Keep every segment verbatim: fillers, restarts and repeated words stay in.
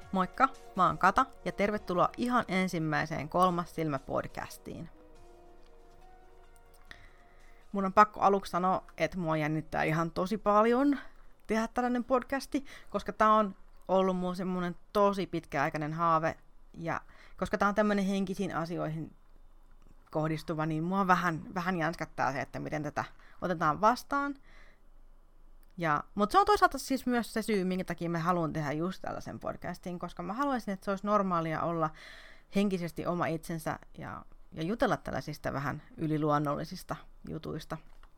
Moikka, mä oon Kata ja tervetuloa ihan ensimmäiseen Kolmas silmä-podcastiin. Mun on pakko aluksi sanoa, että mua jännittää ihan tosi paljon tehdä tällainen podcasti, koska tää on ollut mun semmonen tosi pitkäaikainen haave, ja koska tää on tämmönen henkisiin asioihin kohdistuva, niin mua vähän, vähän jänskättää se, että miten tätä otetaan vastaan. Ja, mutta se on toisaalta siis myös se syy, minkä takia mä haluan tehdä just tällaisen podcastin, koska mä haluaisin, että se olisi normaalia olla henkisesti oma itsensä ja, ja jutella tällaisista vähän yliluonnollisista jutuista.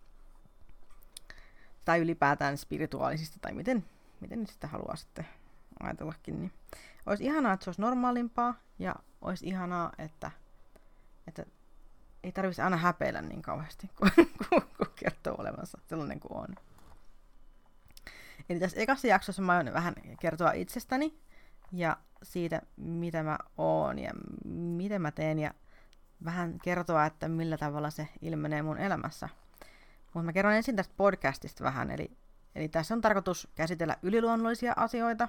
Tai ylipäätään spirituaalisista, tai miten, miten sitä haluaa sitten ajatellakin. Niin olisi ihanaa, että se olisi normaalimpaa, ja olisi ihanaa, että, että ei tarvitsisi aina häpeillä niin kauheasti, kun, kun kertoo olevansa sellainen kuin on. Eli tässä ekassa jaksossa mä aion vähän kertoa itsestäni ja siitä, mitä mä oon ja miten mä teen ja vähän kertoa, että millä tavalla se ilmenee mun elämässä. Mutta mä kerron ensin tästä podcastista vähän, eli, eli tässä on tarkoitus käsitellä yliluonnollisia asioita.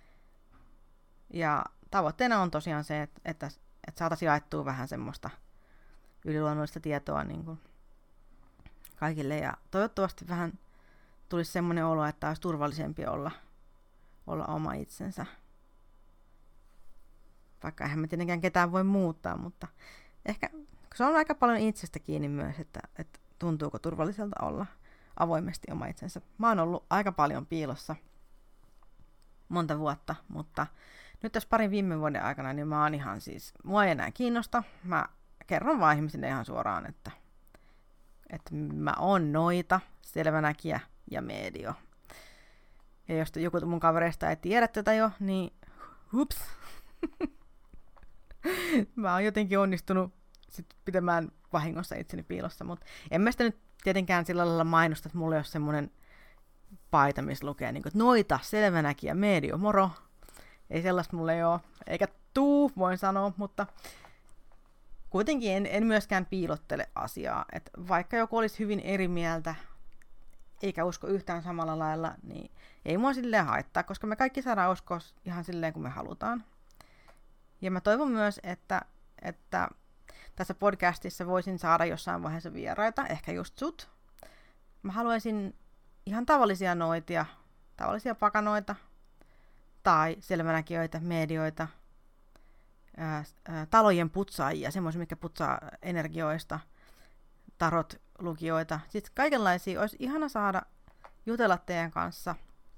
Ja tavoitteena on tosiaan se, että, että, että saataisiin jaettua vähän semmoista yliluonnollista tietoa niin kuin kaikille ja toivottavasti vähän tulisi semmoinen olo, että olisi turvallisempi olla, olla oma itsensä. Vaikka eihän me tietenkään ketään voi muuttaa, mutta ehkä se on aika paljon itsestä kiinni myös, että, että tuntuuko turvalliselta olla avoimesti oma itsensä. Mä oon ollut aika paljon piilossa monta vuotta, mutta nyt tässä parin viime vuoden aikana, niin mä oon ihan siis, mua ei enää kiinnosta. Mä kerron vaan ihmisille ihan suoraan, että, että mä oon noita, selvänäkijä ja medio. Ja jos joku mun kavereista ei tiedä tätä jo, niin hups. Mä oon jotenkin onnistunut sit pitämään vahingossa itseni piilossa, mutta en mä sitä nyt tietenkään sillä lailla mainosta, että mulla ei ole semmoinen paita, missä lukee niin kuin, noita, selvänäkijä, medio, moro. Ei sellaista mulla ei ole, eikä tuu, voin sanoa, mutta kuitenkin en, en myöskään piilottele asiaa. Et vaikka joku olisi hyvin eri mieltä, eikä usko yhtään samalla lailla, niin ei mua silleen haittaa, koska me kaikki saadaan uskoa ihan silleen, kuin me halutaan. Ja mä toivon myös, että, että tässä podcastissa voisin saada jossain vaiheessa vieraita, ehkä just sut. Mä haluaisin ihan tavallisia noitia, tavallisia pakanoita, tai selvänäkijöitä, medioita, ää, ää, talojen putsaajia, semmoisia, mitkä putsaa energioista, tarot, lukijoita. Sitten kaikenlaisia olisi ihana saada jutella teidän kanssa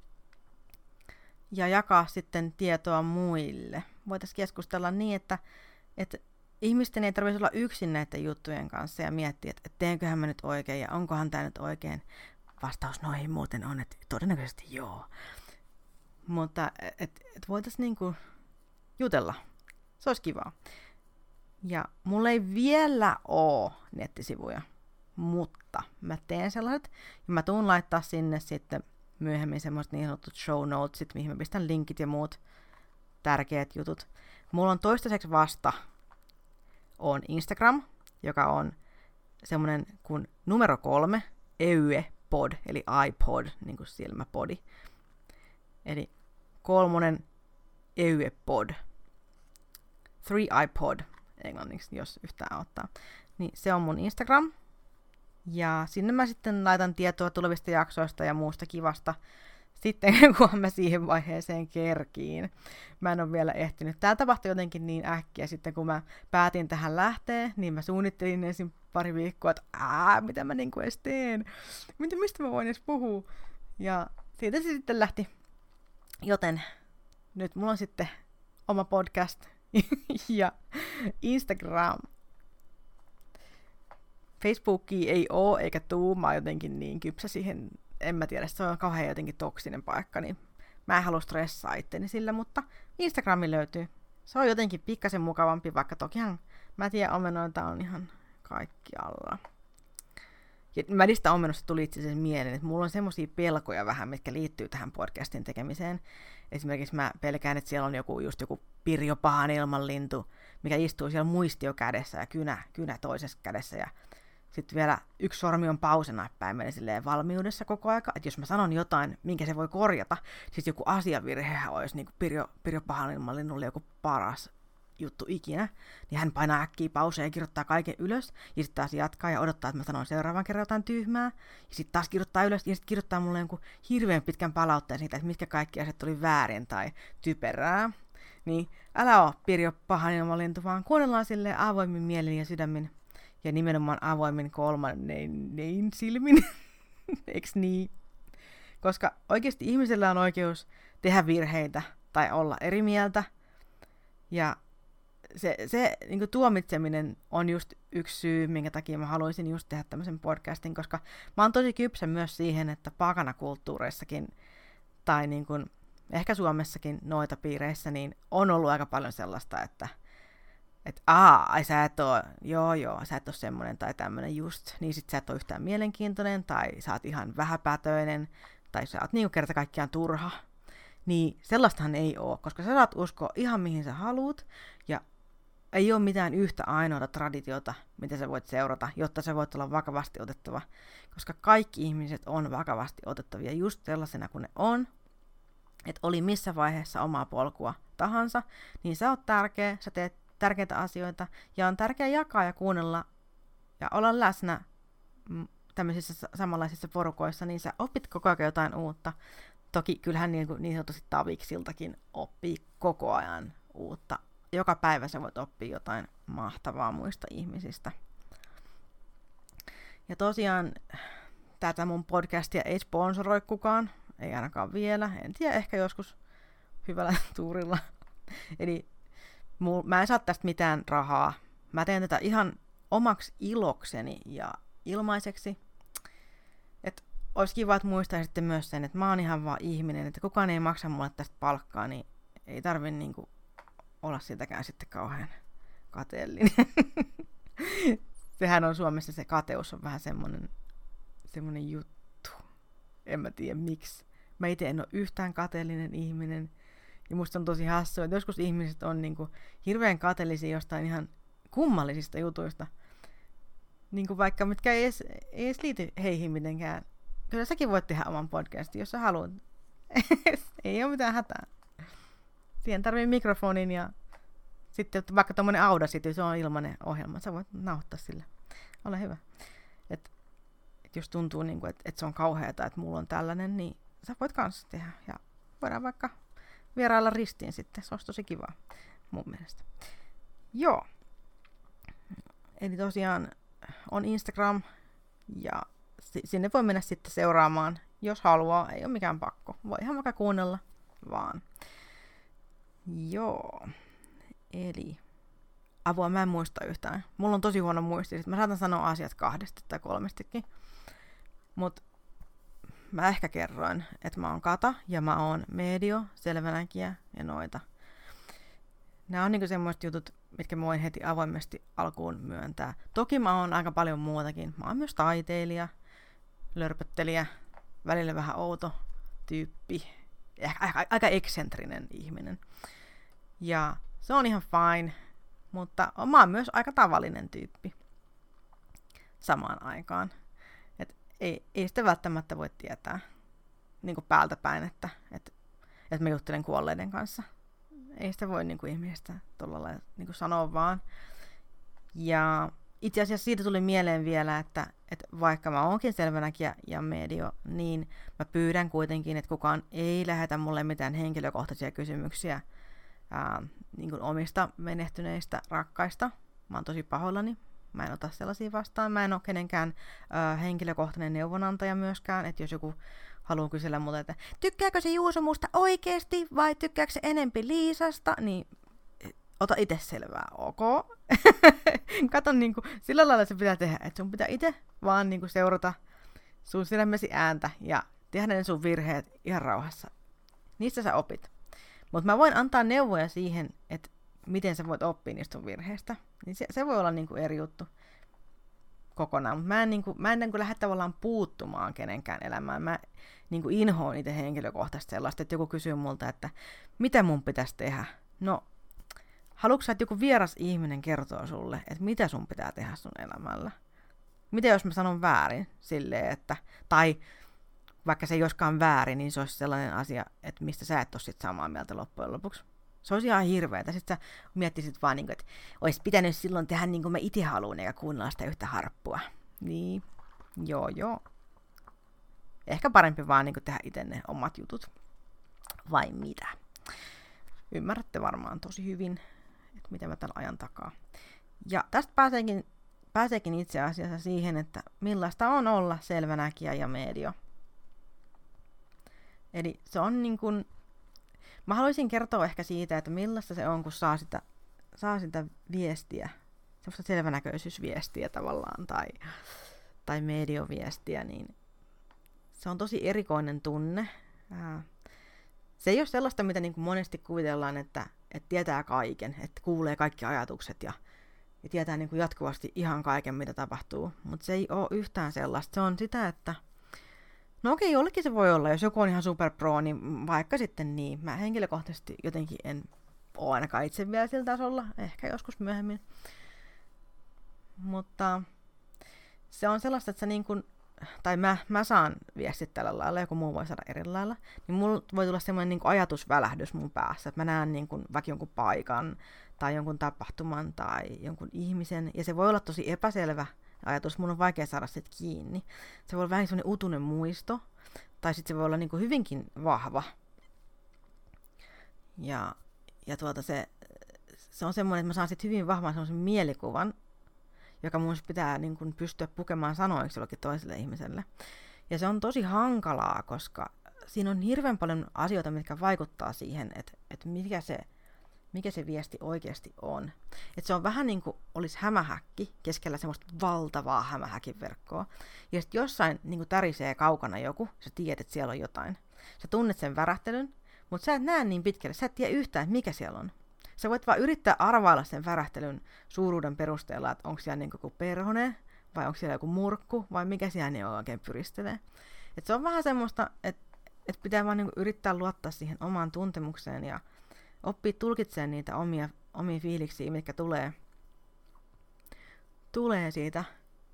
ja jakaa sitten tietoa muille. Voitaisiin keskustella niin, että, että ihmisten ei tarvitsisi olla yksin näiden juttujen kanssa ja miettiä, että teenköhän mä nyt oikein ja onkohan tämä nyt oikein. Vastaus noihin muuten on, että todennäköisesti joo. Mutta että et voitaisiin niinku jutella. Se olisi kivaa. Ja mulla ei vielä ole nettisivuja. Mutta mä teen sellaiset, ja mä tuun laittaa sinne sitten myöhemmin semmoiset niin sanotut show notesit, mihin mä pistän linkit ja muut tärkeät jutut. Mulla on toistaiseksi vasta on Instagram, joka on semmoinen kuin numero kolme, eue-pod, eli iPod, niin kuin silmäpodi. Eli kolmonen eue-pod. Three iPod, englanniksi, jos yhtään ottaa. Niin se on mun Instagram. Ja sinne mä sitten laitan tietoa tulevista jaksoista ja muusta kivasta sitten, kun mä siihen vaiheeseen kerkiin. Mä en ole vielä ehtinyt. Tää tapahtui jotenkin niin äkkiä sitten, kun mä päätin tähän lähteä, niin mä suunnittelin ensin pari viikkoa, että ää, mitä mä niinku edes teen? Mitä, mistä mä voin edes puhua? Ja siitä se sitten lähti. Joten nyt mulla on sitten oma podcast ja Instagram. Facebookia ei oo eikä tuu, mä oon jotenkin niin kypsä siihen, en mä tiedä, se on kauhean jotenkin toksinen paikka, niin mä en halua stressaa itteni sillä, mutta Instagrami löytyy. Se on jotenkin pikkasen mukavampi, vaikka tokihan mä tiedän, omenoita on ihan kaikkialla. Ja välistä omenosta tuli itse asiassa mieleen, että mulla on semmosia pelkoja vähän, mitkä liittyy tähän podcastin tekemiseen. Esimerkiksi mä pelkään, että siellä on joku, just joku Pirjo pahan ilmanlintu, mikä istuu siellä muistio kädessä ja kynä, kynä toisessa kädessä. Ja sitten vielä yksi sormi on pausenäppäin meni silleen valmiudessa koko aika, että jos mä sanon jotain, minkä se voi korjata, siis joku asiavirhehän olisi niin kuin Pirjo, Pirjo Pahalinmalinnulle joku paras juttu ikinä, niin hän painaa äkkiä pauseen ja kirjoittaa kaiken ylös, ja sitten taas jatkaa ja odottaa, että mä sanon seuraavan kerran jotain tyhmää, ja sitten taas kirjoittaa ylös, ja sitten kirjoittaa mulle jonkun hirveän pitkän palautteen siitä, että mitkä kaikki asiat tuli väärin tai typerää. Niin älä oo Pirjo Pahalinmalintu, vaan kuunnellaan silleen avoimin mielin ja sydämin, ja nimenomaan avoimin kolmannein silmin, eiks niin? Koska oikeasti ihmisellä on oikeus tehdä virheitä tai olla eri mieltä, ja se, se niin kuin tuomitseminen on just yksi syy, minkä takia mä haluaisin just tehdä tämmöisen podcastin, koska mä oon tosi kypsä myös siihen, että pakanakulttuureissakin, tai niin kuin, ehkä Suomessakin noita piireissä, niin on ollut aika paljon sellaista, että että aa, ai sä et oo, joo joo, sä et oo semmonen tai tämmönen just, niin sit sä et oo yhtään mielenkiintoinen, tai sä oot ihan vähäpätöinen, tai sä oot niinku kerta kaikkiaan turha. Niin sellaistahan ei oo, koska sä saat uskoa ihan mihin sä haluut, ja ei oo mitään yhtä ainoata traditiota, mitä sä voit seurata, jotta sä voit olla vakavasti otettava, koska kaikki ihmiset on vakavasti otettavia just sellaisena kuin ne on, että oli missä vaiheessa omaa polkua tahansa, niin sä oot tärkeä, sä teet tärkeitä asioita, ja on tärkeää jakaa ja kuunnella ja olla läsnä tämmöisissä samanlaisissa porukoissa, niin sä opit koko ajan jotain uutta. Toki kyllähän niin, niin sanotusti taviksiltakin oppii koko ajan uutta. Joka päivä sä voit oppia jotain mahtavaa muista ihmisistä. Ja tosiaan tätä mun podcastia ei sponsoroi kukaan, ei ainakaan vielä, en tiedä, ehkä joskus hyvällä tuurilla. Eli mä en saa tästä mitään rahaa. Mä teen tätä ihan omaksi ilokseni ja ilmaiseksi. Että olisi kiva, että muistaisitte myös sen, että mä oon ihan vaan ihminen, että kukaan ei maksa mulle tästä palkkaa, niin ei tarvi niinku olla sitäkään sitten kauhean kateellinen. Sehän on Suomessa, se kateus on vähän semmonen, semmonen juttu. En mä tiedä miksi. Mä itse en ole yhtään kateellinen ihminen. Ja musta on tosi hassua, että joskus ihmiset on niinku hirveän kateellisia jostain ihan kummallisista jutuista. Niinku vaikka mitkä ei edes, ei edes liity heihin mitenkään. Kyllä säkin voit tehdä oman podcastin, jos sä haluat. Ei ole mitään hätää. Siihen tarvii mikrofonin ja sitten vaikka tommonen Audacity, se on ilmainen ohjelma. Sä voit nauhoittaa sille. Ole hyvä. Et, et jos tuntuu, niinku, että et se on kauheata, että mulla on tällainen, niin sä voit kanssa tehdä. Ja voidaan vaikka vierailla ristiin sitten. Se olisi tosi kivaa mun mielestä. Joo. Eli tosiaan on Instagram ja sinne voi mennä sitten seuraamaan, jos haluaa. Ei ole mikään pakko. Voi ihan vaikka kuunnella vaan. Joo. Eli apua mä en muista yhtään. Mulla on tosi huono muisti. Sitten mä saatan sanoa asiat kahdesti tai kolmestikin. Mut mä ehkä kerroin, että mä oon Kata ja mä oon medio, selvänäkijä ja noita. Nämä on niinku semmoiset jutut, mitkä mä voin heti avoimesti alkuun myöntää. Toki mä oon aika paljon muutakin. Mä oon myös taiteilija, lörpöttelijä, välillä vähän outo tyyppi, aika, aika eksentrinen ihminen. Ja se on ihan fine, mutta mä oon myös aika tavallinen tyyppi samaan aikaan. Et ei, ei sitä välttämättä voi tietää niin kuin päältä päin, että, että, että mä juttelen kuolleiden kanssa. Ei sitä voi niin kuin ihmisestä tuolla lailla niin kuin sanoa vaan. Ja itse asiassa siitä tuli mieleen vielä, että, että vaikka mä oonkin selvänäkijä ja medio, niin mä pyydän kuitenkin, että kukaan ei lähetä mulle mitään henkilökohtaisia kysymyksiä ää, niin kuin omista menehtyneistä rakkaista. Mä oon tosi pahoillani. Mä en ota sellaisia vastaan. Mä en ole kenenkään ää, henkilökohtainen neuvonantaja myöskään, että jos joku haluaa kysellä multa, että tykkääkö se Juuso musta oikeesti vai tykkääkö se enempi Liisasta, niin ota itse selvää, ok? Kato, niin kuin, sillä lailla se pitää tehdä, että sun pitää itse vaan niin kuin, seurata sun sydämesi ääntä ja tehdä ne sun virheet ihan rauhassa. Niistä sä opit. Mutta mä voin antaa neuvoja siihen, että miten sä voit oppia niistä sun virheistä. Niin se, se voi olla niin kuin, eri juttu kokonaan. Mutta mä en, niin kuin, mä en niin kuin, lähde tavallaan puuttumaan kenenkään elämään. Mä niin kuin, inhoon itse henkilökohtaisesti sellaista, että joku kysyy multa, että mitä mun pitäisi tehdä. No, haluatko sä, että joku vieras ihminen kertoo sulle, että mitä sun pitää tehdä sun elämällä? Mitä jos mä sanon väärin silleen, että, tai vaikka se ei olisikaan väärin, niin se olisi sellainen asia, että mistä sä et ole sit samaa mieltä loppujen lopuksi. Se olisi ihan hirveetä. Sitten sä miettisit vaan, niin kuin, että olisi pitänyt silloin tehdä niin kuin mä itse haluan, eikä kuunnella sitä yhtä harppua. Niin, joo joo. Ehkä parempi vaan niin kuin tehdä itse ne omat jutut. Vai mitä? Ymmärrätte varmaan tosi hyvin, että mitä mä tämän ajan takaa. Ja tästä pääseekin, pääseekin itse asiassa siihen, että millaista on olla selvänäkijä ja medio. Eli se on niin kuin, mä haluaisin kertoa ehkä siitä, että millaista se on, kun saa sitä, saa sitä viestiä, semmoista selvänäköisyysviestiä tavallaan, tai, tai medioviestiä, niin se on tosi erikoinen tunne. Se ei ole sellaista, mitä niin kuin monesti kuvitellaan, että, että tietää kaiken, että kuulee kaikki ajatukset ja, ja tietää niin kuin jatkuvasti ihan kaiken, mitä tapahtuu. Mutta se ei ole yhtään sellaista. Se on sitä, että no okei, jollekin se voi olla, jos joku on ihan superpro, niin vaikka sitten niin. Mä henkilökohtaisesti jotenkin en ole ainakaan itse vielä sillä tasolla, ehkä joskus myöhemmin. Mutta se on sellaista, että sä niin kuin, tai mä, mä saan viestit tällä lailla, joku muu voi saada eri lailla, niin mulla voi tulla semmoinen niin kuin ajatusvälähdys mun päässä, että mä näen niin kuin vaikka jonkun paikan, tai jonkun tapahtuman, tai jonkun ihmisen, ja se voi olla tosi epäselvä ajatus, mun on vaikea saada sit kiinni. Se voi olla vähän semmoinen utunen muisto, tai sitten se voi olla niin kuin hyvinkin vahva. Ja, ja tuota se, se on semmoinen, että mä saan sitten hyvin vahvan semmoisen mielikuvan, joka mun pitää niin kuin pystyä pukemaan sanoiksi jollekin toiselle ihmiselle. Ja se on tosi hankalaa, koska siinä on hirveän paljon asioita, mitkä vaikuttaa siihen, että, että mikä, se, mikä se viesti oikeasti on. Että se on vähän niin kuin olisi hämähäkki keskellä semmoista valtavaa hämähäkin verkkoa. Ja sitten jossain niin kuin tärisee kaukana joku, sä tiedät, että siellä on jotain. Sä tunnet sen värähtelyn, mutta sä et näe niin pitkälle, sä et tiedä yhtään, mikä siellä on. Sä voit vaan yrittää arvailla sen värähtelyn suuruuden perusteella, että onko siellä niin joku perhone, vai onko siellä joku murkku, vai mikä siellä niin oikein pyristelee. Et se on vähän semmoista, että et pitää vaan niin yrittää luottaa siihen omaan tuntemukseen ja oppia tulkitsemaan niitä omia, omia fiiliksiä, mitkä tulee, tulee siitä.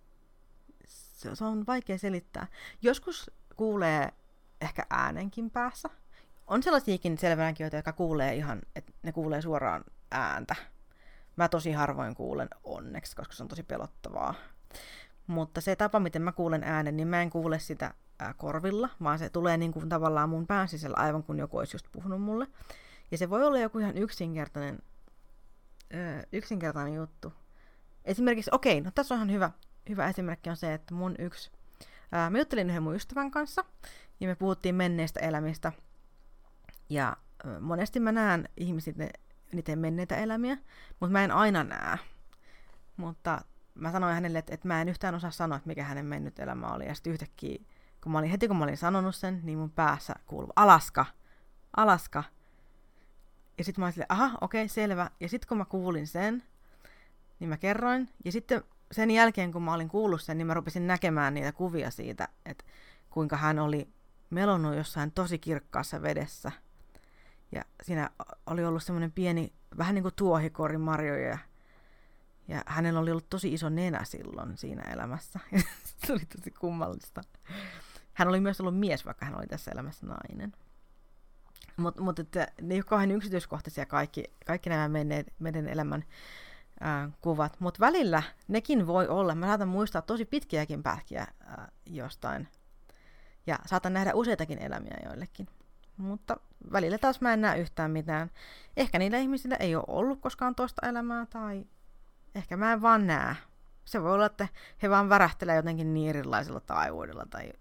Se, se on vaikea selittää. Joskus kuulee ehkä äänenkin päässä. On sellaisiakin selvänäkijöitä, jotka kuulee ihan, että ne kuulee suoraan ääntä. Mä tosi harvoin kuulen onneksi, koska se on tosi pelottavaa. Mutta se tapa, miten mä kuulen äänen, niin mä en kuule sitä ää, korvilla, vaan se tulee niin kuin tavallaan mun pään sisällä, aivan kun joku olisi just puhunut mulle. Ja se voi olla joku ihan yksinkertainen, öö, yksinkertainen juttu. Esimerkiksi, okei, no tässä on ihan hyvä, hyvä esimerkki on se, että mun yksi, ää, mä juttelin yhden mun ystävän kanssa, ja me puhuttiin menneistä elämistä. Ja monesti mä näen ihmiset niiden menneitä elämiä, mutta mä en aina näe. Mutta mä sanoin hänelle, että, että mä en yhtään osaa sanoa, että mikä hänen mennyt elämä oli. Ja sitten yhtäkkiä, kun mä olin, heti kun mä olin sanonut sen, niin mun päässä kuului Alaska, Alaska. Ja sitten mä olin silleen, aha, okei, okay, selvä. Ja sitten kun mä kuulin sen, niin mä kerroin. Ja sitten sen jälkeen, kun mä olin kuullut sen, niin mä rupesin näkemään niitä kuvia siitä, että kuinka hän oli melonnut jossain tosi kirkkaassa vedessä. Ja siinä oli ollut semmoinen pieni, vähän niin kuin tuohikori marjoja. Ja hänellä oli ollut tosi iso nenä silloin siinä elämässä. Se oli tosi kummallista. Hän oli myös ollut mies, vaikka hän oli tässä elämässä nainen. Mutta mut, ne ei ole kauhean yksityiskohtaisia kaikki, kaikki nämä menneet, meidän elämän ää, kuvat. Mutta välillä nekin voi olla. Mä saatan muistaa tosi pitkiäkin pätkiä ää, jostain. Ja saatan nähdä useitakin elämiä joillekin. Mutta välillä taas mä en näe yhtään mitään. Ehkä niillä ihmisillä ei ole ollut koskaan toista elämää, tai ehkä mä en vaan näe. Se voi olla, että he vaan värähtelee jotenkin niin erilaisella taajuudella, tai,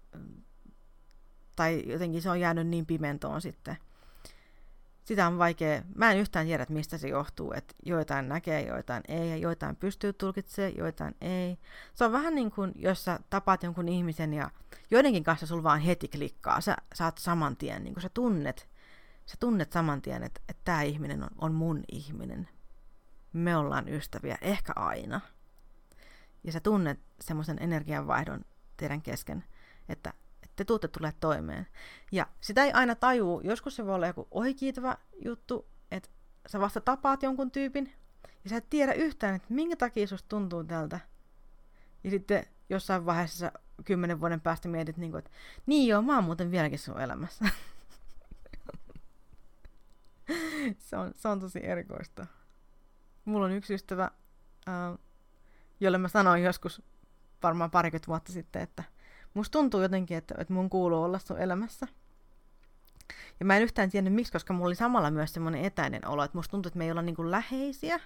tai jotenkin se on jäänyt niin pimentoon sitten. Sitä on vaikea, mä en yhtään tiedä, että mistä se johtuu, että joitain näkee, joitain ei, ja joitain pystyy tulkitsemaan, joitain ei. Se on vähän niin kuin, jos sä tapaat jonkun ihmisen ja joidenkin kanssa sulla vaan heti klikkaa, sä saat saman tien, niin kuin sä tunnet, sä tunnet saman tien, että, että tämä ihminen on, on mun ihminen. Me ollaan ystäviä, ehkä aina. Ja sä tunnet semmoisen energianvaihdon teidän kesken, että te tuutte tulee toimeen. Ja sitä ei aina tajuu. Joskus se voi olla joku ohikiitävä juttu, että sä vasta tapaat jonkun tyypin, ja sä et tiedä yhtään, että minkä takia susta tuntuu tältä. Ja sitten jossain vaiheessa kymmenen vuoden päästä mietit, niin kuin, että niin joo, mä oon muuten vieläkin sun elämässä. se, on, se on tosi erikoista. Mulla on yksi ystävä, äh, jolle mä sanoin joskus varmaan parikymmentä vuotta sitten, että musta tuntuu jotenkin, että, että mun kuuluu olla sun elämässä. Ja mä en yhtään tiennyt miksi, koska mulla oli samalla myös semmoinen etäinen olo, että musta tuntuu, että me ei olla niin kuin läheisiä.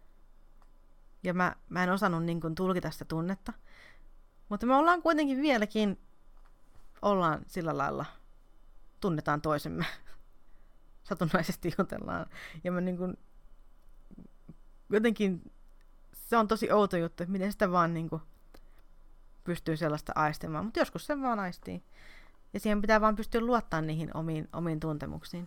Ja mä, mä en osannut niin kuin tulkita sitä tunnetta. Mutta me ollaan kuitenkin vieläkin, ollaan sillä lailla, tunnetaan toisemme. Satunnaisesti jutellaan. Ja mä niin kuin, jotenkin, se on tosi outo juttu, että miten sitä vaan niin kuin pystyy sellaista aistimaan. Mutta joskus sen vaan aistii. Ja siihen pitää vaan pystyä luottamaan niihin omiin, omiin tuntemuksiin.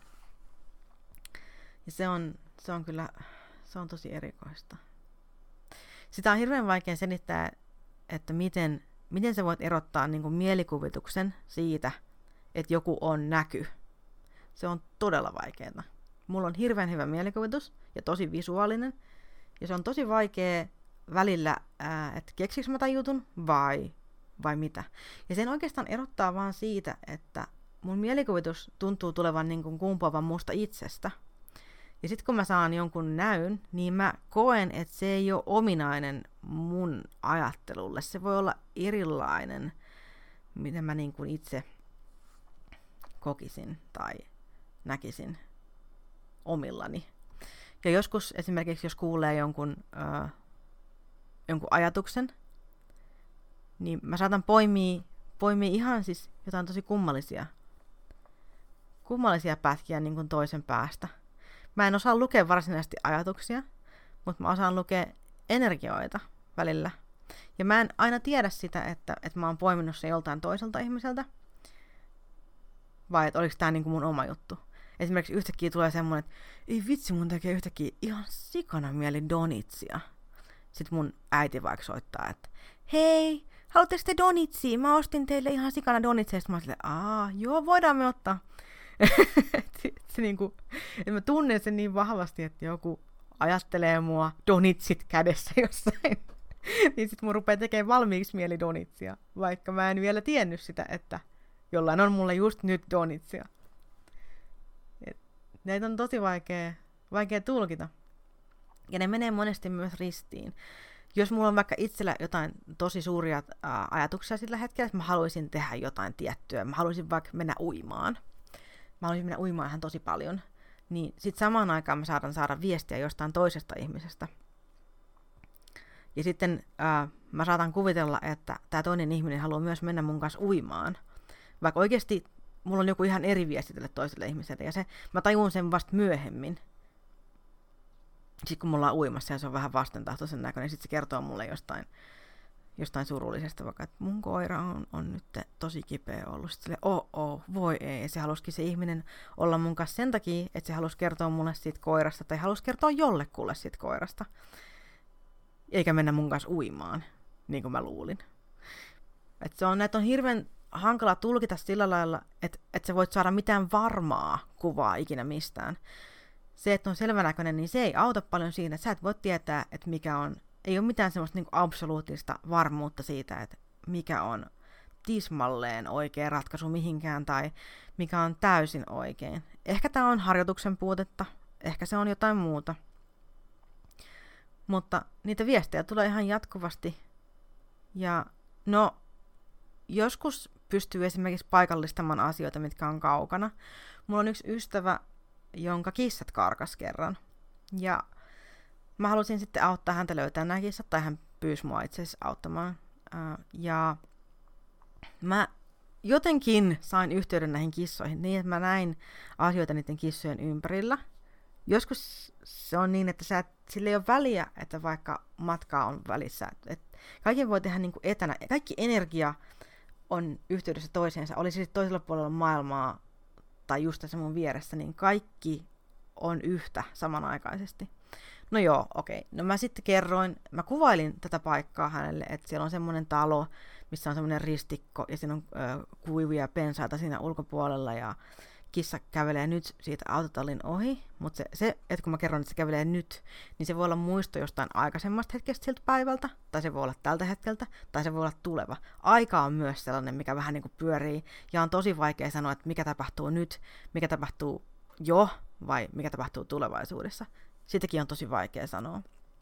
Ja se on, se on kyllä, se on tosi erikoista. Sitä on hirveän vaikea selittää, että miten, miten sä voit erottaa niin kuin mielikuvituksen siitä, että joku on näky. Se on todella vaikeaa. Mulla on hirveän hyvä mielikuvitus ja tosi visuaalinen. Ja se on tosi vaikea välillä, ää, että keksikö mä tämän jutun vai, vai mitä. Ja sen oikeastaan erottaa vaan siitä, että mun mielikuvitus tuntuu tulevan niin kuin kumpuavan musta itsestä. Ja sitten kun mä saan jonkun näyn, niin mä koen, että se ei ole ominainen mun ajattelulle. Se voi olla erilainen, mitä mä niin kuin itse kokisin tai näkisin omillani. Ja joskus esimerkiksi, jos kuulee jonkun, äh, jonkun ajatuksen, niin mä saatan poimia, poimia ihan siis jotain tosi kummallisia, kummallisia pätkiä niin kuin toisen päästä. Mä en osaa lukea varsinaisesti ajatuksia, mutta mä osaan lukea energioita välillä. Ja mä en aina tiedä sitä, että, että mä oon poiminut se joltain toiselta ihmiseltä, vai että oliko tää niin kuin mun oma juttu. Esimerkiksi yhtäkkiä tulee semmoinen, että ei vitsi, mun tekee yhtäkkiä ihan sikana mieli donitsia. Sitten mun äiti vaikka soittaa, että hei, haluatteko te donitsia? Mä ostin teille ihan sikana donitsia. Sitten mä oon silleen, aah, joo, voidaan me ottaa. se niinku, että mä tunnen sen niin vahvasti, että joku ajattelee mua donitsit kädessä jossain. niin sit mun rupeaa tekemään valmiiksi mieli donitsia, vaikka mä en vielä tiennyt sitä, että jollain on mulle just nyt donitsia. Et näitä on tosi vaikea, vaikea tulkita. Ja ne menee monesti myös ristiin. Jos mulla on vaikka itsellä jotain tosi suuria ää, ajatuksia sillä hetkellä, että mä haluaisin tehdä jotain tiettyä, mä haluaisin vaikka mennä uimaan. Mä haluaisin mennä uimaan ihan tosi paljon. Niin sit samaan aikaan mä saatan saada viestiä jostain toisesta ihmisestä. Ja sitten ää, mä saatan kuvitella, että tää toinen ihminen haluaa myös mennä mun kanssa uimaan. Vaikka oikeasti mulla on joku ihan eri viesti tälle toiselle ihmiselle. Ja se, mä tajun sen vasta myöhemmin. Sitten kun mulla on uimassa ja se on vähän vastentahtoisen näköinen, niin sitten se kertoo mulle jostain, jostain surullisesta, vaikka että mun koira on, on nyt tosi kipeä ollut. Sitten silleen, oh, oh, voi ei. Ja se halusikin se ihminen olla mun kanssa sen takia, että se halusi kertoa mulle siitä koirasta, tai halusi kertoa jollekulle siitä koirasta. Eikä mennä mun kanssa uimaan, niin kuin mä luulin. Että se on, näitä on hirveän hankala tulkita sillä lailla, että, että sä voit saada mitään varmaa kuvaa ikinä mistään. Se, että on selvänäköinen, niin se ei auta paljon siinä, että sä et voi tietää, että mikä on, ei ole mitään semmoista niin kuin absoluuttista varmuutta siitä, että mikä on tismalleen oikea ratkaisu mihinkään tai mikä on täysin oikein. Ehkä tämä on harjoituksen puutetta, ehkä se on jotain muuta. Mutta niitä viestejä tulee ihan jatkuvasti. Ja no, joskus pystyy esimerkiksi paikallistamaan asioita, mitkä on kaukana. Mulla on yksi ystävä, jonka kissat karkas kerran. Ja mä halusin sitten auttaa häntä löytämään nämä kissat, tai hän pyysi mua itse asiassa auttamaan. Ja mä jotenkin sain yhteyden näihin kissoihin niin, että mä näin asioita niiden kissojen ympärillä. Joskus se on niin, että sä et, sillä ei ole väliä, että vaikka matkaa on välissä. Et kaiken voi tehdä niin kuin etänä. Kaikki energia on yhteydessä toiseensa. Oli se sitten toisella puolella maailmaa tai just tässä mun vieressä, niin kaikki on yhtä samanaikaisesti. No joo, okei. Okay. No mä sitten kerroin, mä kuvailin tätä paikkaa hänelle, että siellä on semmoinen talo, missä on semmoinen ristikko, ja siinä on ö, kuivia pensaita siinä ulkopuolella, ja kissa kävelee nyt siitä autotallin ohi, mutta se, se, että kun mä kerron, että se kävelee nyt, niin se voi olla muisto jostain aikaisemmasta hetkestä siltä päivältä, tai se voi olla tältä hetkeltä, tai se voi olla tuleva. Aika on myös sellainen, mikä vähän niin kuin pyörii, ja on tosi vaikea sanoa, että mikä tapahtuu nyt, mikä tapahtuu jo, vai mikä tapahtuu tulevaisuudessa. Sitäkin on tosi vaikea sanoa.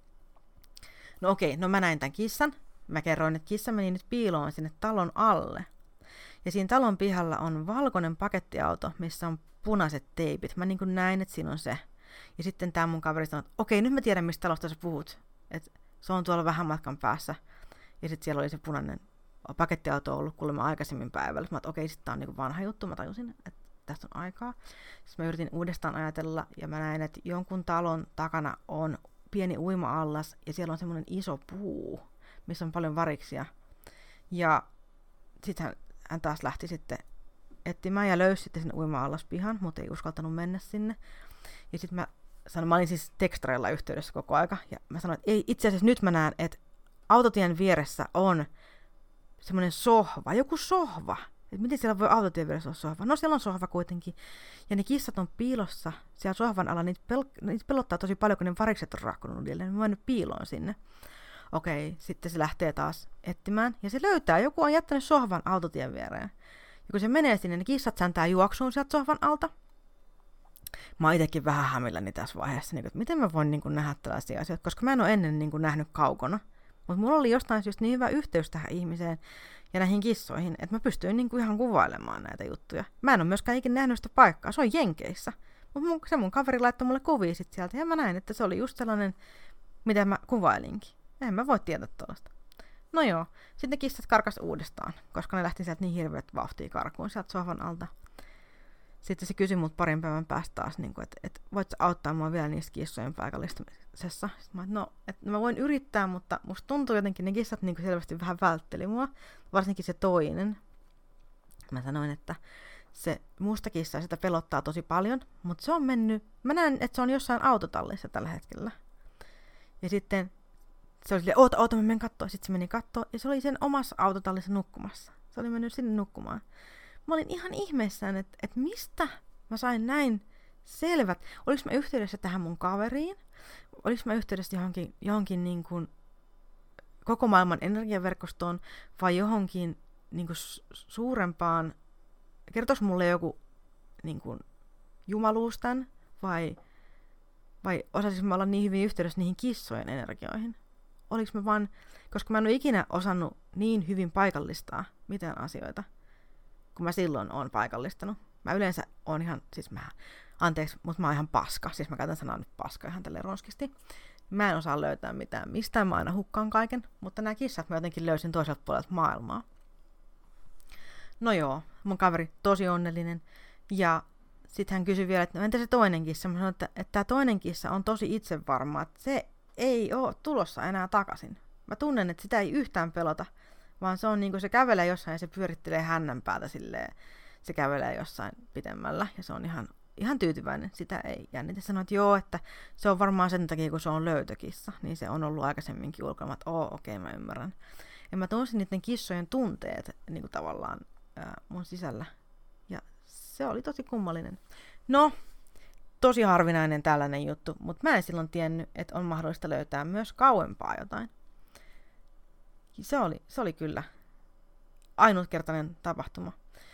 No okei, no mä näin tämän kissan. Mä kerroin, että kissa meni nyt piiloon sinne talon alle. Ja siinä talon pihalla on valkoinen pakettiauto, missä on punaiset teipit. Mä niin kuin näin, että siinä on se. Ja sitten tää mun kaveri sanoi, että okei, nyt mä tiedän, mistä talosta sä puhut. Että se on tuolla vähän matkan päässä. Ja sitten siellä oli se punainen pakettiauto ollut kuulemma aikaisemmin päivällä. Mä että okei, sitten tää on niin kuin vanha juttu. Mä tajusin, että tästä on aikaa. Sitten mä yritin uudestaan ajatella, ja mä näin, että jonkun talon takana on pieni uima-allas, ja siellä on semmoinen iso puu, missä on paljon variksia. Ja sitten hän, hän taas lähti sitten etsimään ja löysi sitten sen uima-allaspihan, mutta ei uskaltanut mennä sinne. Ja sitten mä sanoin, mä olin siis tekstrailla yhteydessä koko aika, ja mä sanoin, että ei, itse asiassa nyt mä näen, että autotien vieressä on semmoinen sohva, joku sohva. Et miten siellä voi autotien vieressä olla sohva? No siellä on sohva kuitenkin. Ja ne kissat on piilossa siellä sohvan alla. Niitä, pel- niitä pelottaa tosi paljon, kun ne varikset on raakkunut niille. Ne on mennyt piiloon sinne. Okei, sitten se lähtee taas etsimään. Ja se löytää. Joku on jättänyt sohvan autotien viereen. Ja kun se menee sinne, ne kissat säntää juoksuun sieltä sohvan alta. Mä oon itekin vähän hämilläni tässä vaiheessa, niin, että miten mä voin niin kuin, nähdä tällaisia asioita. Koska mä en ole ennen niin kuin, nähnyt kaukana. Mutta mulla oli jostain syystä niin hyvä yhteys tähän ihmiseen ja näihin kissoihin, että mä pystyin niinku ihan kuvailemaan näitä juttuja. Mä en ole myöskään ikinä nähnyt sitä paikkaa, se on Jenkeissä. Mutta se mun kaveri laittoi mulle kuvia sit sieltä ja mä näin, että se oli just sellainen, mitä mä kuvailinkin. En mä voi tietää tuollaista. No joo, sitten kissat karkas uudestaan, koska ne lähti sieltä niin hirveät vauhtia karkuun sieltä sohvan alta. Sitten se kysyi mut parin päivän päästä taas, niin että et, voit sä auttaa mua vielä niistä kissojen paikallistamisessa. Sitten mä että no, et mä voin yrittää, mutta musta tuntuu jotenkin, ne kissat niin selvästi vähän vältteli mua, varsinkin se toinen. Mä sanoin, että se musta kissa sitä pelottaa tosi paljon, mutta se on mennyt, mä näen, että se on jossain autotallissa tällä hetkellä. Ja sitten se oli silleen, oota, oota, mä menen kattoo. Sitten se meni kattoo ja se oli sen omassa autotallissa nukkumassa. Se oli mennyt sinne nukkumaan. Mä olin ihan ihmeessään, että, että mistä mä sain näin selvät. Oliko mä yhteydessä tähän mun kaveriin? Oliko mä yhteydessä johonkin, johonkin niin kuin koko maailman energiaverkostoon vai johonkin niin kuin suurempaan? Kertoisi mulle joku niin kuin jumaluus tän? Vai, vai osaisinko mä olla niin hyvin yhteydessä niihin kissojen energioihin? Oliko mä vaan, koska mä en ole ikinä osannut niin hyvin paikallistaa mitään asioita, kun mä silloin oon paikallistanut. Mä yleensä oon ihan, siis mä, anteeksi, mutta mä oon ihan paska. Siis mä käytän sanaa nyt paska ihan tälleen ronskisti. Mä en osaa löytää mitään mistään, mä aina hukkaan kaiken. Mutta nämä kissat mä jotenkin löysin toiselta puolelta maailmaa. No joo, mun kaveri tosi onnellinen. Ja sitten hän kysyi vielä, että no entä se toinen kissa? Mä sanoin, että, että tämä toinen kissa on tosi itsevarma, että se ei ole tulossa enää takaisin. Mä tunnen, että sitä ei yhtään pelota. Vaan se on niin kuin se kävelee jossain ja se pyörittelee hännän päätä silleen, se kävelee jossain pitemmällä ja se on ihan, ihan tyytyväinen, sitä ei jännitä. Sanoin, että joo, että se on varmaan sen takia, kun se on löytökissa, niin se on ollut aikaisemminkin ulkoilma, että oo, okei, okay, mä ymmärrän. Ja mä tunsin niiden kissojen tunteet niin kuin tavallaan ää, mun sisällä ja se oli tosi kummallinen. No, tosi harvinainen tällainen juttu, mutta mä en silloin tiennyt, että on mahdollista löytää myös kauempaa jotain. Se oli, se oli kyllä ainutkertainen tapahtuma.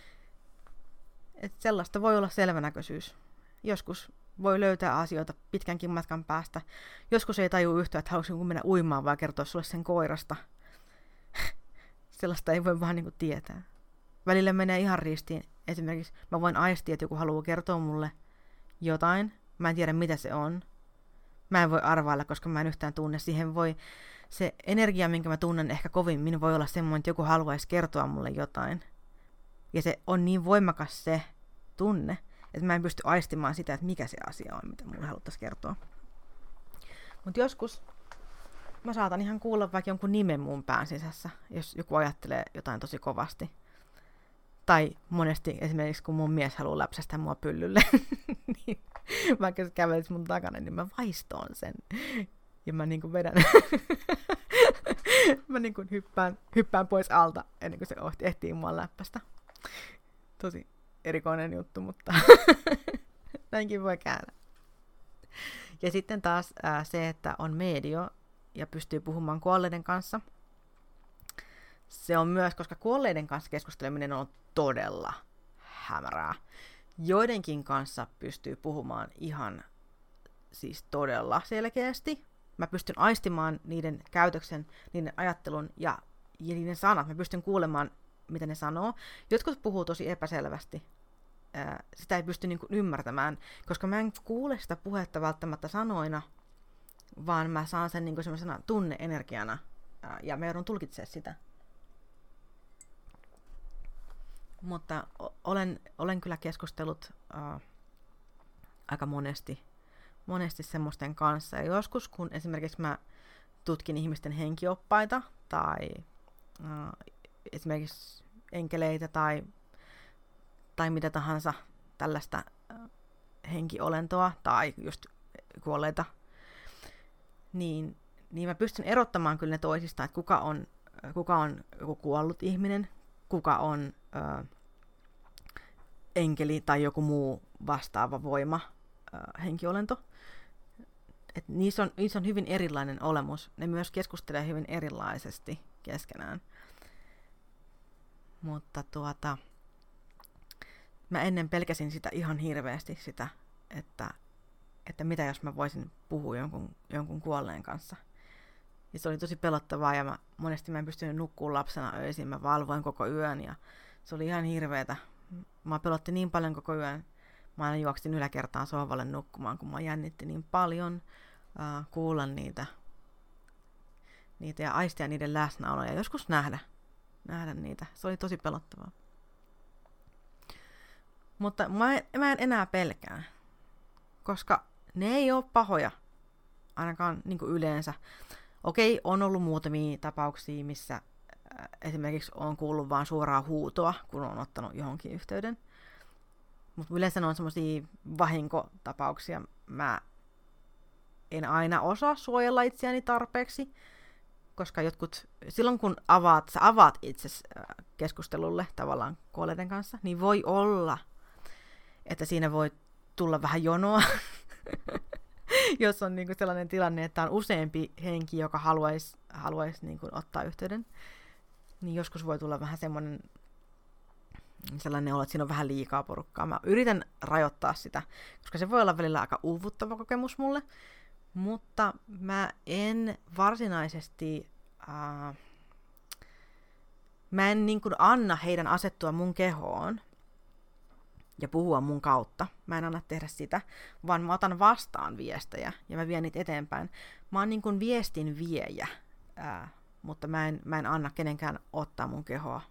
Et sellaista voi olla selvänäköisyys. Joskus voi löytää asioita pitkänkin matkan päästä. Joskus ei tajua yhtään, että haluaisin mennä uimaan vai kertoa sulle sen koirasta. Sellaista ei voi vaan niinku tietää. Välillä menee ihan ristiin. Esimerkiksi mä voin aistia, että joku haluaa kertoa mulle jotain. Mä en tiedä mitä se on. Mä en voi arvailla, koska mä en yhtään tunne. Siihen voi se energia, minkä mä tunnen ehkä kovimmin, voi olla semmoinen, että joku haluaisi kertoa mulle jotain. Ja se on niin voimakas se tunne, että mä en pysty aistimaan sitä, että mikä se asia on, mitä mulle haluttaisiin kertoa. Mutta joskus mä saatan ihan kuulla vaikka jonkun nimen mun pään sisässä, jos joku ajattelee jotain tosi kovasti. Tai monesti esimerkiksi, kun mun mies haluaa läpsästä mua pyllylle, niin vaikka se kävelisi mun takana, niin mä vaistoon sen. Ja mä niinku vedän, mä niinku hyppään, hyppään pois alta, ennen kuin se ehtii mua läppästä. Tosi, erikoinen juttu, mutta näinkin voi käydä. Ja sitten taas ää, se, että on medio ja pystyy puhumaan kuolleiden kanssa. Se on myös, koska kuolleiden kanssa keskusteleminen on todella hämärää. Joidenkin kanssa pystyy puhumaan ihan siis todella selkeästi. Mä pystyn aistimaan niiden käytöksen, niiden ajattelun ja, ja niiden sanat. Mä pystyn kuulemaan, mitä ne sanoo. Jotkut puhuu tosi epäselvästi. Ää, sitä ei pysty niinku ymmärtämään, koska mä en kuule sitä puhetta välttämättä sanoina, vaan mä saan sen niinku semmoisena tunne-energiana ää, ja mä joudun tulkitsemaan sitä. Mutta olen, olen kyllä keskustellut ää, aika monesti, monesti semmoisten kanssa. Ja joskus, kun esimerkiksi mä tutkin ihmisten henkioppaita tai ää, esimerkiksi enkeleitä tai tai mitä tahansa tällaista henkiolentoa tai just kuolleita, niin, niin mä pystyn erottamaan kyllä ne toisistaan, että kuka on, kuka on joku kuollut ihminen, kuka on ö, enkeli tai joku muu vastaava voima, ö, henkiolento. Et niissä, on, niissä on hyvin erilainen olemus. Ne myös keskustelee hyvin erilaisesti keskenään. Mutta tuota... Mä ennen pelkäsin sitä ihan hirveästi, sitä, että, että mitä jos mä voisin puhua jonkun, jonkun kuolleen kanssa. Ja se oli tosi pelottavaa ja mä, monesti mä en pystynyt nukkumaan lapsena öisin, mä valvoin koko yön ja se oli ihan hirveetä. Mä pelotti niin paljon koko yön. Mä aina juoksin yläkertaan sohvalle nukkumaan, kun mä jännitti niin paljon äh, kuulla niitä, niitä ja aistia niiden läsnäoloja ja joskus nähdä, nähdä niitä. Se oli tosi pelottavaa. Mutta mä en, mä en enää pelkää, koska ne ei ole pahoja, ainakaan niin kuin yleensä. Okei, on ollut muutamia tapauksia, missä äh, esimerkiksi on kuullut vaan suoraa huutoa, kun on ottanut johonkin yhteyden. Mutta yleensä ne on semmoisia vahinkotapauksia. Mä en aina osaa suojella itseäni tarpeeksi, koska jotkut, silloin kun avaat, sä avaat itsesi äh, keskustelulle tavallaan kuolleiden kanssa, niin voi olla, että siinä voi tulla vähän jonoa, jos on niinku sellainen tilanne, että on useampi henki, joka haluaisi haluais niinku ottaa yhteyden. Niin joskus voi tulla vähän semmoinen sellainen olo, että siinä on vähän liikaa porukkaa. Mä yritän rajoittaa sitä, koska se voi olla välillä aika uuvuttava kokemus mulle. Mutta mä en varsinaisesti... Äh, mä en niinku anna heidän asettua mun kehoon ja puhua mun kautta. Mä en anna tehdä sitä, vaan mä otan vastaan viestejä ja mä vien niitä eteenpäin. Mä oon niin kuin viestin viejä, ää, mutta mä en, mä en anna kenenkään ottaa mun kehoa.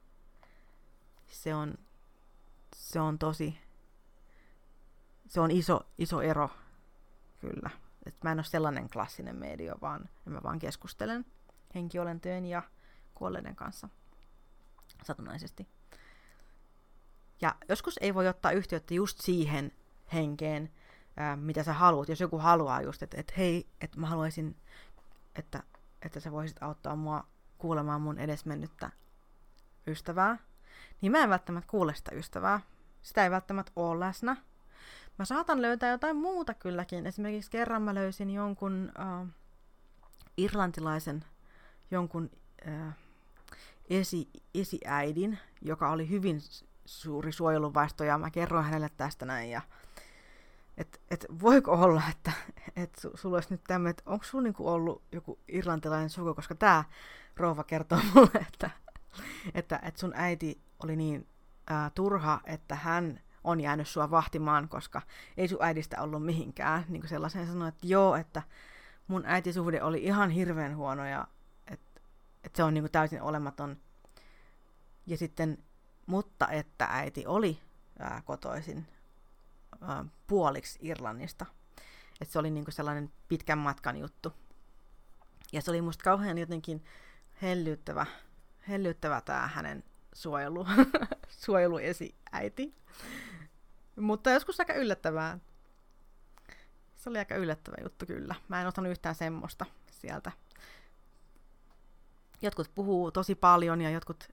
Se on, se on tosi, se on iso, iso ero, kyllä. Et mä en ole sellainen klassinen medio, vaan mä vaan keskustelen henkiolentojen ja kuolleiden kanssa satunnaisesti. Ja joskus ei voi ottaa yhteyttä just siihen henkeen, ää, mitä sä haluat. Jos joku haluaa just, että et, hei, että mä haluaisin, että, että sä voisit auttaa mua kuulemaan mun edesmennyttä ystävää, niin mä en välttämättä kuule sitä ystävää. Sitä ei välttämättä ole läsnä. Mä saatan löytää jotain muuta kylläkin. Esimerkiksi kerran mä löysin jonkun äh, irlantilaisen, jonkun äh, esi, esiäidin, joka oli hyvin suuri suojeluvaisto, ja mä kerroin hänelle tästä näin, ja että et voiko olla, että et su, sulla olisi nyt tämmöinen, että onko sulla niinku ollut joku irlantilainen suku, koska tää rouva kertoo mulle, että, että et sun äiti oli niin ää, turha, että hän on jäänyt sua vahtimaan, koska ei sun äidistä ollut mihinkään. Niin kuin sellaisen sanoi, että joo, että mun äitisuhde oli ihan hirveän huono, ja että et se on niinku täysin olematon. Ja sitten, mutta että äiti oli ää, kotoisin ää, puoliksi Irlannista. Että se oli niinku sellainen pitkän matkan juttu. Ja se oli musta kauhean jotenkin hellyttävä, hellyttävä tää hänen suojelu, suojeluesiäiti. Mutta joskus aika yllättävää. Se oli aika yllättävä juttu kyllä. Mä en ottanut yhtään semmoista sieltä. Jotkut puhuu tosi paljon ja jotkut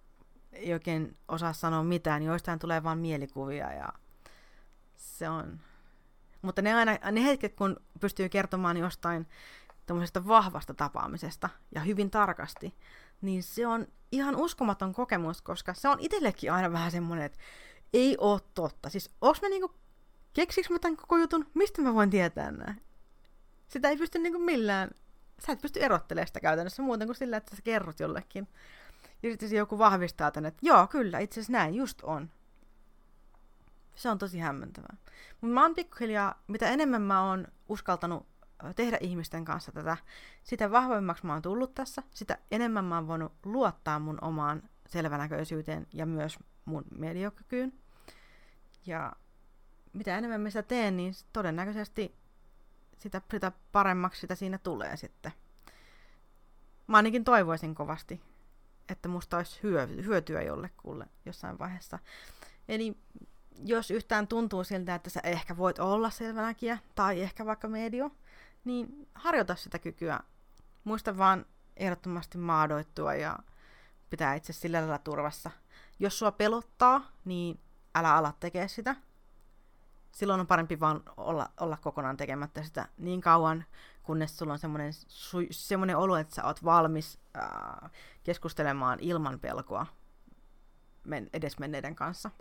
ei oikein osaa sanoa mitään, niin joistain tulee vaan mielikuvia ja se on. Mutta ne, aina, ne hetket, kun pystyy kertomaan jostain tämmöisestä vahvasta tapaamisesta ja hyvin tarkasti, niin se on ihan uskomaton kokemus, koska se on itsellekin aina vähän semmoinen, että ei oo totta. Siis onks mä niinku, keksiks mä tämän koko jutun? Mistä mä voin tietää näin? Sitä ei pysty niinku millään, sä et pysty erottelemaan sitä käytännössä muuten kuin sillä, että sä kerrot jollekin. Ja sitten joku vahvistaa tän, että joo, kyllä, itse asiassa näin just on. Se on tosi hämmentävää. Mutta mä oon pikkuhiljaa, mitä enemmän mä oon uskaltanut tehdä ihmisten kanssa tätä, sitä vahvemmaksi mä oon tullut tässä, sitä enemmän mä oon voinut luottaa mun omaan selvänäköisyyteen ja myös mun mediokykyyn. Ja mitä enemmän mä sitä teen, niin todennäköisesti sitä, sitä paremmaksi sitä siinä tulee sitten. Mä ainakin toivoisin kovasti, että musta olisi hyötyä jollekulle jossain vaiheessa. Eli jos yhtään tuntuu siltä, että sä ehkä voit olla selvänäkijä tai ehkä vaikka medio, niin harjoita sitä kykyä. Muista vaan ehdottomasti maadoittua ja pitää itse sillä lailla turvassa. Jos sua pelottaa, niin älä ala tekee sitä. Silloin on parempi vaan olla, olla kokonaan tekemättä sitä niin kauan, kunnes sulla on semmoinen, semmoinen olo, että sä oot valmis ää, keskustelemaan ilman pelkoa men, edesmenneiden kanssa.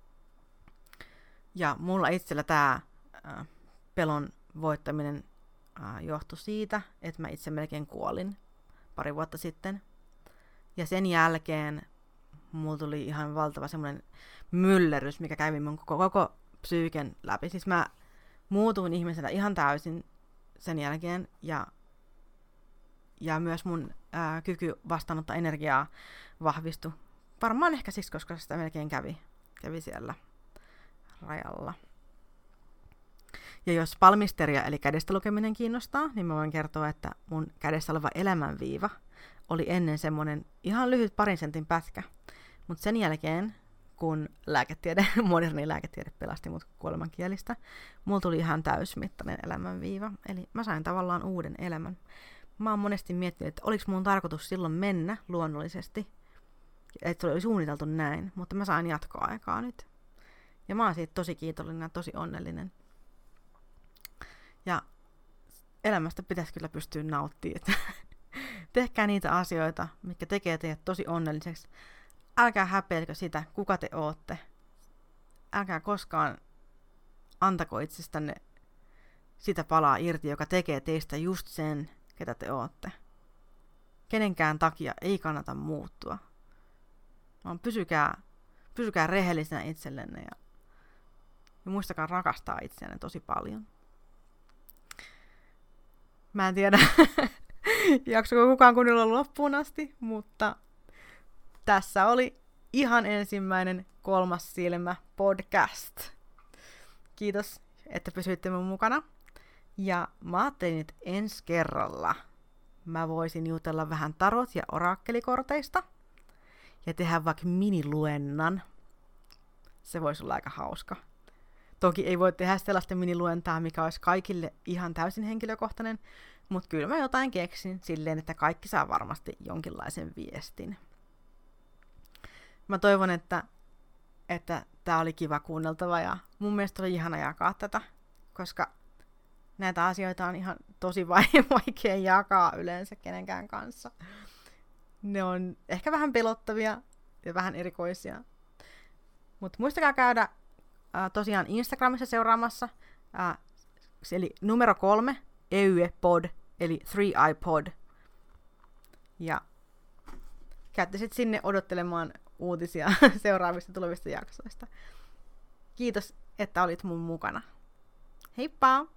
Ja mulla itsellä tämä pelon voittaminen ää, johtui siitä, että mä itse melkein kuolin pari vuotta sitten. Ja sen jälkeen mulla tuli ihan valtava semmoinen myllerrys, mikä kävi mun koko, koko psyyken läpi. Siis mä muutuin ihmisenä ihan täysin sen jälkeen ja, ja myös mun ää, kyky vastaanottaa energiaa vahvistui. Varmaan ehkä siksi, koska sitä melkein kävi, kävi siellä rajalla. Ja jos palmisteria eli kädestä lukeminen kiinnostaa, niin mä voin kertoa, että mun kädessä oleva elämänviiva oli ennen semmoinen ihan lyhyt parin sentin pätkä. Mutta sen jälkeen, kun lääketiede, moderni lääketiede pelasti mut kuolemankielistä, mulla tuli ihan täysmittainen elämänviiva. Eli mä sain tavallaan uuden elämän. Mä oon monesti miettinyt, että oliko mun tarkoitus silloin mennä luonnollisesti, että se oli suunniteltu näin, mutta mä sain jatkoaikaa nyt. Ja mä oon siitä tosi kiitollinen ja tosi onnellinen. Ja elämästä pitäisi kyllä pystyä nauttimaan. Tehkää niitä asioita, mitkä tekee teidät tosi onnelliseksi. Älkää häpeilkö sitä, kuka te ootte. Älkää koskaan antako itsestänne sitä palaa irti, joka tekee teistä just sen, ketä te ootte. Kenenkään takia ei kannata muuttua. Vaan pysykää, pysykää rehellisenä itsellenne ja, ja muistakaa rakastaa itseänne tosi paljon. Mä en tiedä, jaksako kukaan kuunnella loppuun asti, mutta tässä oli ihan ensimmäinen Kolmas silmä podcast. Kiitos, että pysyitte mun mukana. Ja mä ajattelin, että ensi kerralla mä voisin jutella vähän tarot- ja orakkelikorteista ja tehdä vaikka miniluennan. Se voisi olla aika hauska. Toki ei voi tehdä sellaista miniluentaa, mikä olisi kaikille ihan täysin henkilökohtainen, mutta kyllä mä jotain keksin silleen, että kaikki saa varmasti jonkinlaisen viestin. Mä toivon, että että tää oli kiva kuunneltava ja mun mielestä oli ihana jakaa tätä, koska näitä asioita on ihan tosi vaikea jakaa yleensä kenenkään kanssa. Ne on ehkä vähän pelottavia ja vähän erikoisia. Mutta muistakaa käydä ää, tosiaan Instagramissa seuraamassa, ää, eli numero kolme, E Y E Pod, eli Three Eye Pod. Ja käytte sitten sinne odottelemaan uutisia seuraavista tulevista jaksoista. Kiitos, että olit mun mukana. Heippa!